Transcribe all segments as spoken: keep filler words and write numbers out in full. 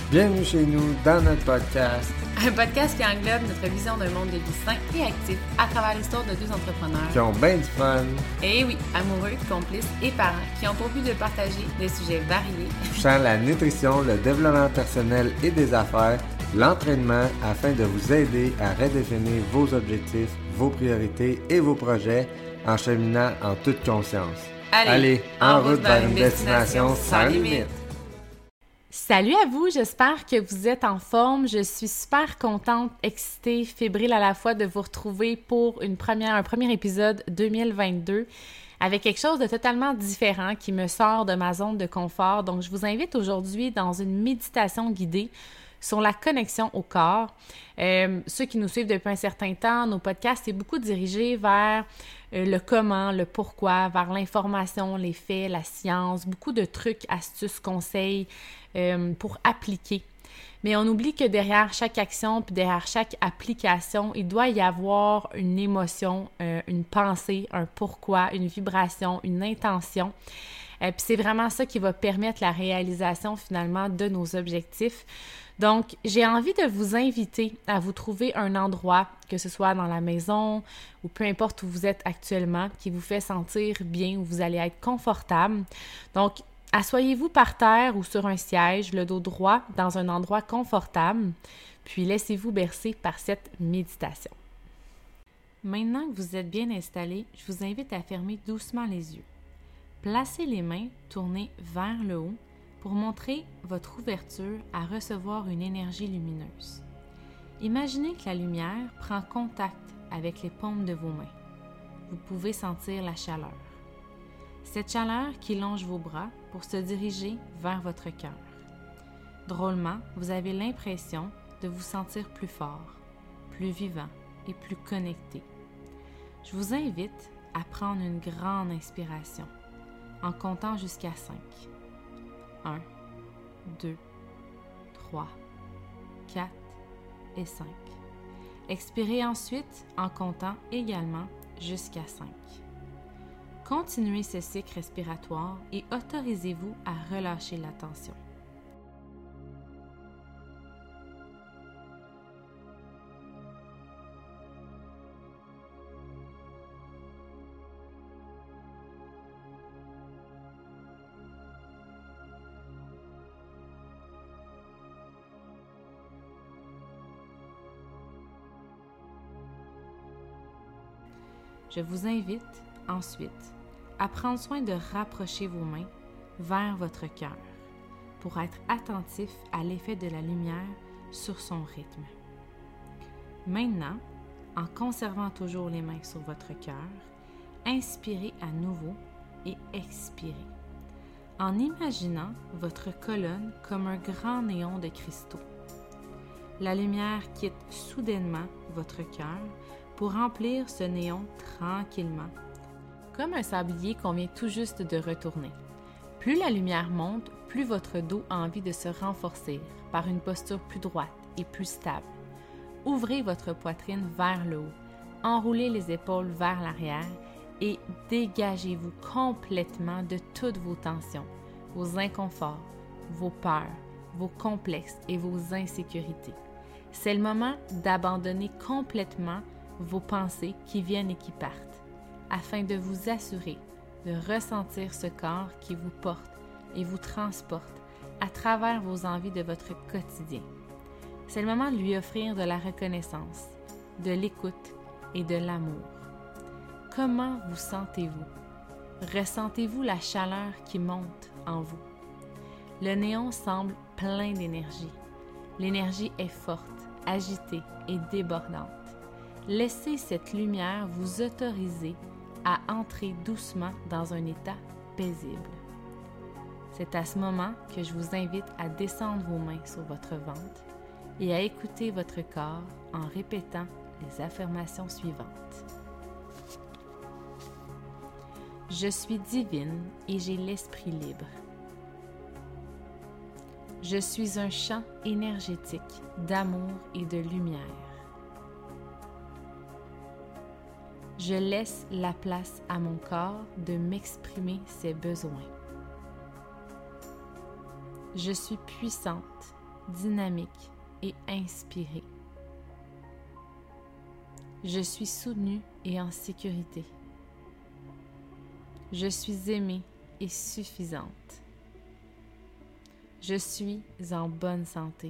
Bienvenue chez nous dans notre podcast. Un podcast qui englobe notre vision d'un monde de vie sain et actif à travers l'histoire de deux entrepreneurs. Qui ont bien du fun. Et oui, amoureux, complices et parents qui ont pour but de partager des sujets variés. Touchant la nutrition, le développement personnel et des affaires, l'entraînement afin de vous aider à redéfinir vos objectifs, vos priorités et vos projets en cheminant en toute conscience. Allez, Allez en, en route vers une destination, destination sans limite. Salut à vous, j'espère que vous êtes en forme. Je suis super contente, excitée, fébrile à la fois de vous retrouver pour une première, un premier épisode deux mille vingt-deux avec quelque chose de totalement différent qui me sort de ma zone de confort. Donc, je vous invite aujourd'hui dans une méditation guidée sur la connexion au corps. Euh, ceux qui nous suivent depuis un certain temps, nos podcasts, c'est beaucoup dirigé vers euh, le comment, le pourquoi, vers l'information, les faits, la science, beaucoup de trucs, astuces, conseils euh, pour appliquer. Mais on oublie que derrière chaque action, puis derrière chaque application, il doit y avoir une émotion, euh, une pensée, un pourquoi, une vibration, une intention. Euh, puis c'est vraiment ça qui va permettre la réalisation finalement de nos objectifs. Donc, j'ai envie de vous inviter à vous trouver un endroit, que ce soit dans la maison ou peu importe où vous êtes actuellement, qui vous fait sentir bien, où vous allez être confortable. Donc, asseyez-vous par terre ou sur un siège, le dos droit, dans un endroit confortable, puis laissez-vous bercer par cette méditation. Maintenant que vous êtes bien installé, je vous invite à fermer doucement les yeux. Placez les mains tournées vers le haut pour montrer votre ouverture à recevoir une énergie lumineuse. Imaginez que la lumière prend contact avec les paumes de vos mains. Vous pouvez sentir la chaleur. Cette chaleur qui longe vos bras pour se diriger vers votre cœur. Drôlement, vous avez l'impression de vous sentir plus fort, plus vivant et plus connecté. Je vous invite à prendre une grande inspiration en comptant jusqu'à cinq. un, deux, trois, quatre et cinq. Expirez ensuite en comptant également jusqu'à cinq. Continuez ce cycle respiratoire et autorisez-vous à relâcher la tension. Je vous invite ensuite à prendre soin de rapprocher vos mains vers votre cœur pour être attentif à l'effet de la lumière sur son rythme. Maintenant, en conservant toujours les mains sur votre cœur, inspirez à nouveau et expirez, en imaginant votre colonne comme un grand néon de cristaux. La lumière quitte soudainement votre cœur pour remplir ce néon tranquillement, comme un sablier qu'on vient tout juste de retourner. Plus la lumière monte, plus votre dos a envie de se renforcer par une posture plus droite et plus stable. Ouvrez votre poitrine vers le haut, enroulez les épaules vers l'arrière et dégagez-vous complètement de toutes vos tensions, vos inconforts, vos peurs, vos complexes et vos insécurités. C'est le moment d'abandonner complètement vos pensées qui viennent et qui partent, afin de vous assurer de ressentir ce corps qui vous porte et vous transporte à travers vos envies de votre quotidien. C'est le moment de lui offrir de la reconnaissance, de l'écoute et de l'amour. Comment vous sentez-vous? Ressentez-vous la chaleur qui monte en vous? Le néon semble plein d'énergie. L'énergie est forte, agitée et débordante. Laissez cette lumière vous autoriser à entrer doucement dans un état paisible. C'est à ce moment que je vous invite à descendre vos mains sur votre ventre et à écouter votre corps en répétant les affirmations suivantes. Je suis divine et j'ai l'esprit libre. Je suis un champ énergétique d'amour et de lumière. Je laisse la place à mon corps de m'exprimer ses besoins. Je suis puissante dynamique et inspiré. Je suis soutenue et en sécurité. Je suis aimée et suffisante. Je suis en bonne santé.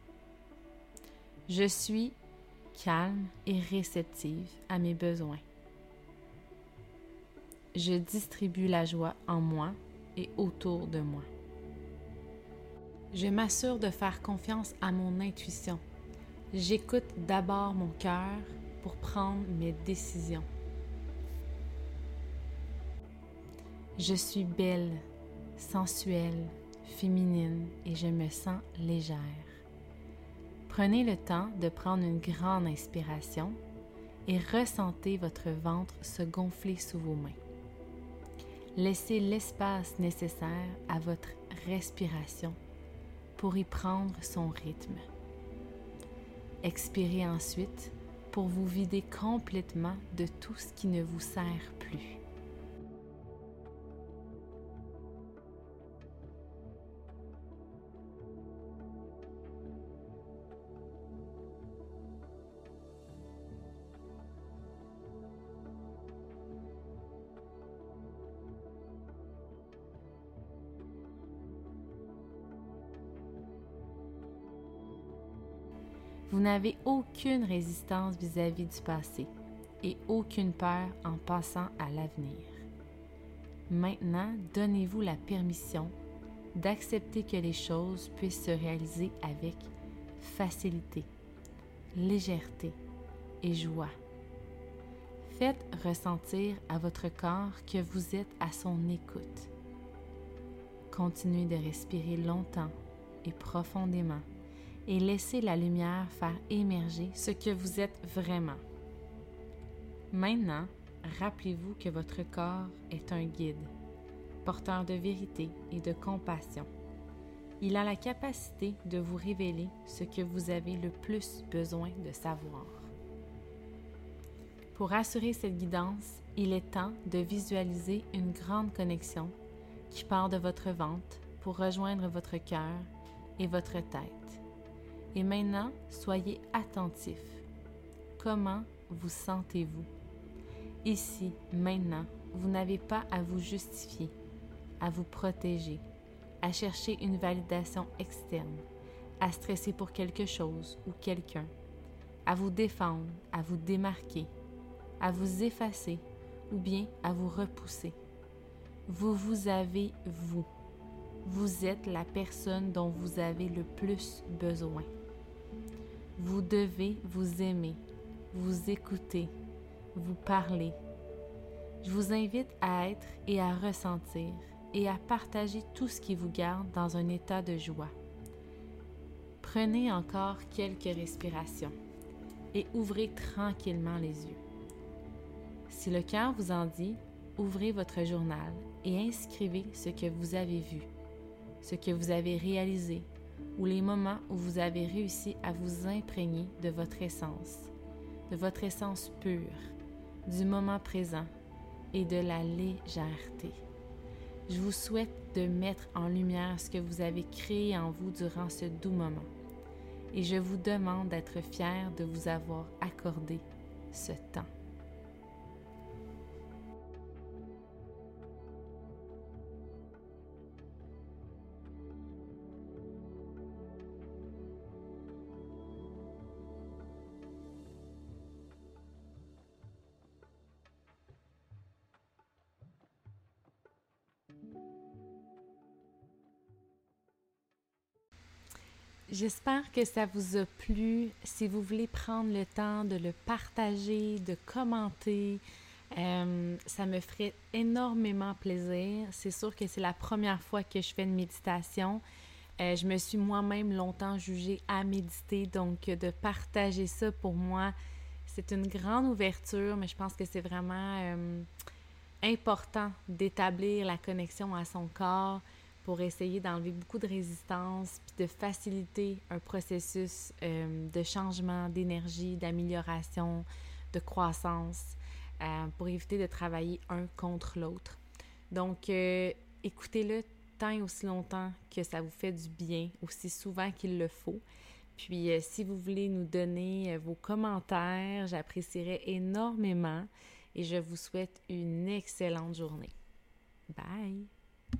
Je suis calme et réceptive à mes besoins. Je distribue la joie en moi et autour de moi. Je m'assure de faire confiance à mon intuition. J'écoute d'abord mon cœur pour prendre mes décisions. Je suis belle, sensuelle, féminine et je me sens légère. Prenez le temps de prendre une grande inspiration et ressentez votre ventre se gonfler sous vos mains. Laissez l'espace nécessaire à votre respiration pour y prendre son rythme. Expirez ensuite pour vous vider complètement de tout ce qui ne vous sert plus. Vous n'avez aucune résistance vis-à-vis du passé et aucune peur en passant à l'avenir. Maintenant, donnez-vous la permission d'accepter que les choses puissent se réaliser avec facilité, légèreté et joie. Faites ressentir à votre corps que vous êtes à son écoute. Continuez de respirer longtemps et profondément et laissez la lumière faire émerger ce que vous êtes vraiment. Maintenant, rappelez-vous que votre corps est un guide, porteur de vérité et de compassion. Il a la capacité de vous révéler ce que vous avez le plus besoin de savoir. Pour assurer cette guidance, il est temps de visualiser une grande connexion qui part de votre ventre pour rejoindre votre cœur et votre tête. Et maintenant, soyez attentif. Comment vous sentez-vous? Ici, maintenant, vous n'avez pas à vous justifier, à vous protéger, à chercher une validation externe, à stresser pour quelque chose ou quelqu'un, à vous défendre, à vous démarquer, à vous effacer ou bien à vous repousser. Vous vous avez vous. Vous êtes la personne dont vous avez le plus besoin. Vous devez vous aimer, vous écouter, vous parler. Je vous invite à être et à ressentir et à partager tout ce qui vous garde dans un état de joie. Prenez encore quelques respirations et ouvrez tranquillement les yeux. Si le cœur vous en dit, ouvrez votre journal et inscrivez ce que vous avez vu, ce que vous avez réalisé, ou les moments où vous avez réussi à vous imprégner de votre essence, de votre essence pure, du moment présent et de la légèreté. Je vous souhaite de mettre en lumière ce que vous avez créé en vous durant ce doux moment et je vous demande d'être fier de vous avoir accordé ce temps. J'espère que ça vous a plu. Si vous voulez prendre le temps de le partager, de commenter, euh, ça me ferait énormément plaisir. C'est sûr que c'est la première fois que je fais une méditation. Euh, je me suis moi-même longtemps jugée à méditer, donc de partager ça pour moi, c'est une grande ouverture, mais je pense que c'est vraiment euh, important d'établir la connexion à son corps, pour essayer d'enlever beaucoup de résistance puis de faciliter un processus euh, de changement, d'énergie, d'amélioration, de croissance, euh, pour éviter de travailler un contre l'autre. Donc, euh, écoutez-le tant et aussi longtemps que ça vous fait du bien, aussi souvent qu'il le faut. Puis, euh, si vous voulez nous donner euh, vos commentaires, j'apprécierais énormément et je vous souhaite une excellente journée. Bye!